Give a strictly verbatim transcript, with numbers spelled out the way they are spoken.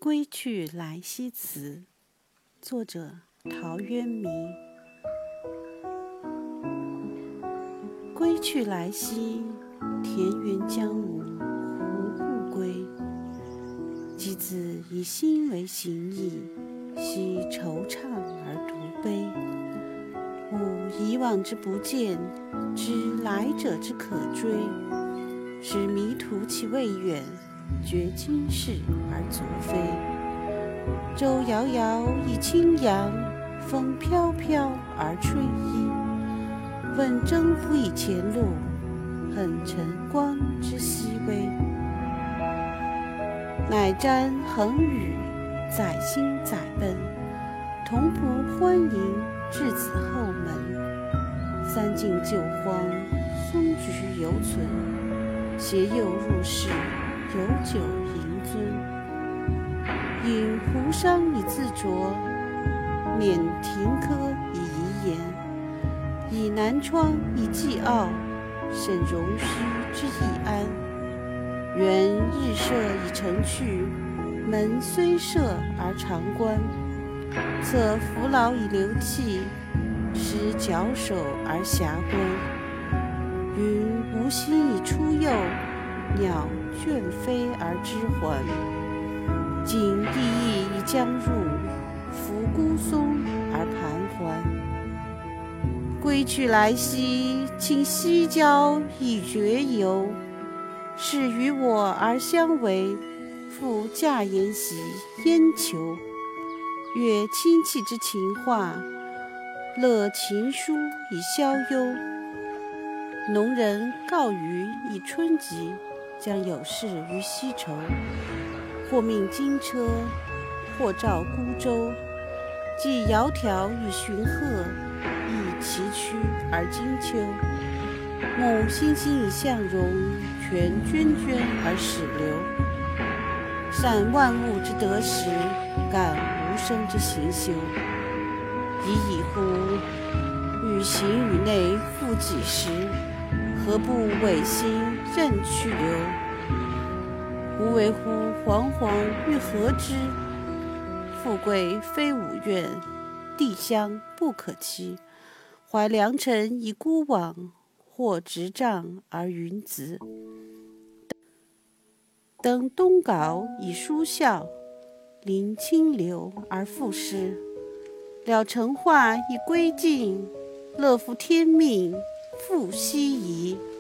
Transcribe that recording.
归去来兮辞，作者陶渊明。归去来兮，田园将芜胡故归？及子以心为形役，奚惆怅而独悲？吾以往之不见，知来者之可追。使迷途其未远，觉今是而昨非。舟遥遥以轻扬，风飘飘而吹衣。问征夫以前路，恨晨光之熹微。乃瞻衡宇，载薪载奔，同仆欢迎，稚子后门。三径旧荒，松菊犹存。携幼入室，有酒盈樽。饮胡觞以自酌，免庭柯以遗言。倚南窗以寄傲，审容须之易安。原日射以成趣，门虽设而常关。策扶老以流憩，施矫首而遐观。云无心以出岫，鸟倦飞而知还。景帝意以将入，扶孤松而盘桓。归去来兮，请西郊以绝游。是与我而相违，复驾言袭焉求？阅亲戚之情话，乐琴书以消忧。农人告余以春集，将有事于西畴。或命金车，或召孤舟。既窈窕以寻壑，亦崎岖而经丘。慕欣欣以向荣，泉涓涓而始流。善万物之得时，感无声之行休。已矣乎！欲行于内，复几时？何不违心任去留？吾为乎惶惶欲何之？富贵非吾愿，地乡不可期。怀良辰以孤往，或执杖而云梓。登东皋以舒啸，临清流而赋诗。了成化以归尽，乐夫天命复奚疑？